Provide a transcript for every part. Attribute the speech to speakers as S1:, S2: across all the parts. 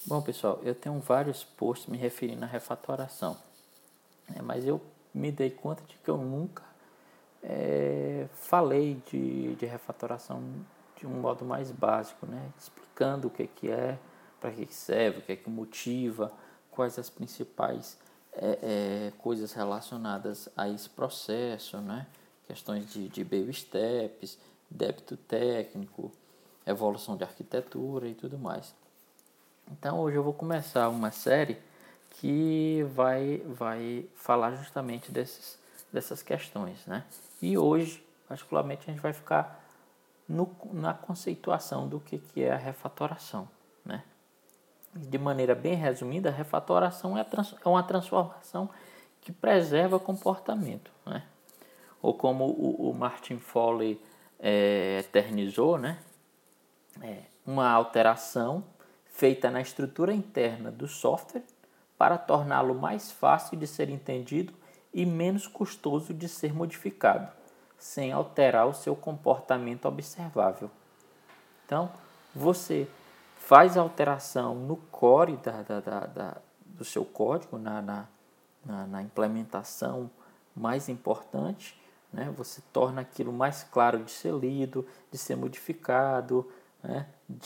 S1: Bom, pessoal, eu tenho vários posts me referindo à refatoração, mas eu me dei conta de que eu nunca falei de refatoração de um modo mais básico, né? Explicando o que é, para que serve, o que motiva, quais as principais coisas relacionadas a esse processo, né? Questões de baby steps, débito técnico, evolução de arquitetura e tudo mais. Então hoje eu vou começar uma série que vai falar justamente dessas questões, né? E hoje, particularmente, a gente vai ficar na conceituação do que é a refatoração, né? De maneira bem resumida, a refatoração é uma transformação que preserva comportamento, né? Ou como o Martin Fowler eternizou, né? Uma alteração feita na estrutura interna do software para torná-lo mais fácil de ser entendido e menos custoso de ser modificado, sem alterar o seu comportamento observável. Então, você faz a alteração no core do seu código, na implementação mais importante, né? Você torna aquilo mais claro de ser lido, de ser modificado, né?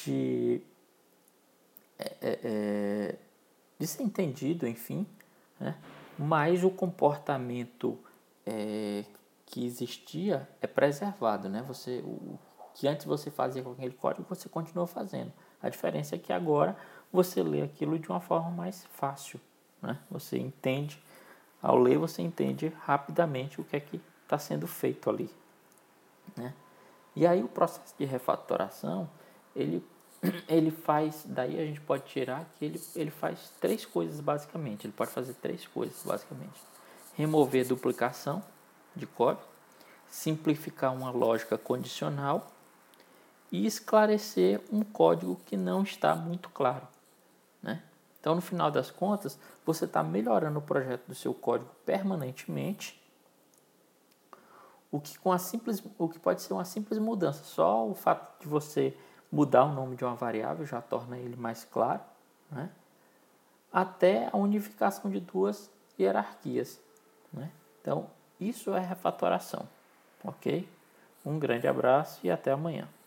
S1: De ser entendido, enfim, né? Mas o comportamento que existia é preservado, né? O que antes você fazia com aquele código, você continua fazendo. A diferença é que agora você lê aquilo de uma forma mais fácil, né? Você entende, ao ler você entende rapidamente o que é que está sendo feito ali, né? E aí o processo de refatoração, ele faz, daí a gente pode tirar que ele faz três coisas basicamente. Ele pode fazer três coisas basicamente: remover duplicação de código, simplificar uma lógica condicional e esclarecer um código que não está muito claro, né? Então, no final das contas, você está melhorando o projeto do seu código permanentemente, o que pode ser uma simples mudança. Só o fato de você mudar o nome de uma variável já torna ele mais claro, né? Até a unificação de duas hierarquias, né? Então, isso é refatoração, ok? Um grande abraço e até amanhã.